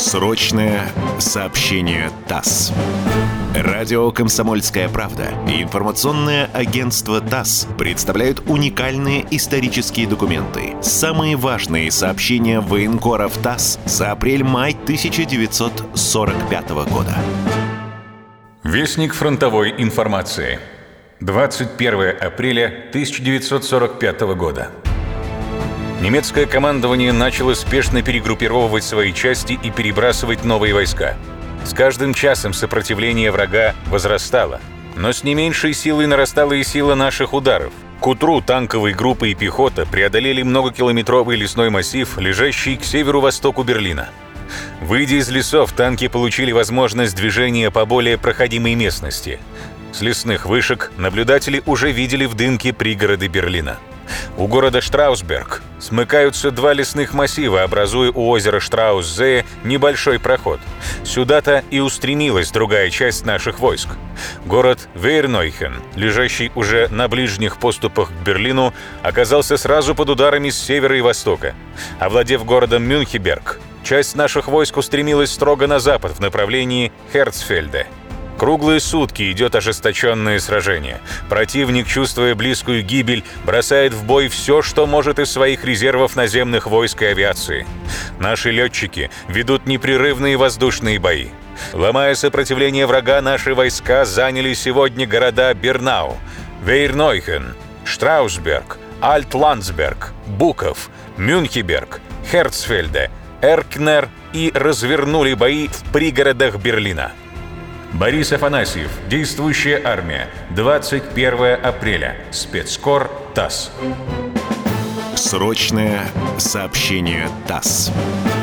Срочное сообщение ТАСС. Радио «Комсомольская правда» и информационное агентство ТАСС представляют уникальные исторические документы. Самые важные сообщения военкоров ТАСС за апрель-май 1945 года. Вестник фронтовой информации. 21 апреля 1945 года. Немецкое командование начало спешно перегруппировывать свои части и перебрасывать новые войска. С каждым часом сопротивление врага возрастало, но с не меньшей силой нарастала и сила наших ударов. К утру танковые группы и пехота преодолели многокилометровый лесной массив, лежащий к северу-востоку Берлина. Выйдя из лесов, танки получили возможность движения по более проходимой местности. С лесных вышек наблюдатели уже видели в дымке пригороды Берлина. У города Штраусберг смыкаются два лесных массива, образуя у озера Штраус-Зее небольшой проход. Сюда-то и устремилась другая часть наших войск. Город Вейрнойхен, лежащий уже на ближних поступах к Берлину, оказался сразу под ударами с севера и востока. Овладев городом Мюнхенберг, часть наших войск устремилась строго на запад в направлении Херцфельда. Круглые сутки идет ожесточенное сражение. Противник, чувствуя близкую гибель, бросает в бой все, что может из своих резервов наземных войск и авиации. Наши летчики ведут непрерывные воздушные бои. Ломая сопротивление врага, наши войска заняли сегодня города Бернау, Вейрнойхен, Штраусберг, Альт-Ландсберг, Буков, Мюнхенберг, Херцфельде, Эркнер и развернули бои в пригородах Берлина. Борис Афанасьев. Действующая армия. 21 апреля. Спецкор ТАСС. Срочное сообщение ТАСС.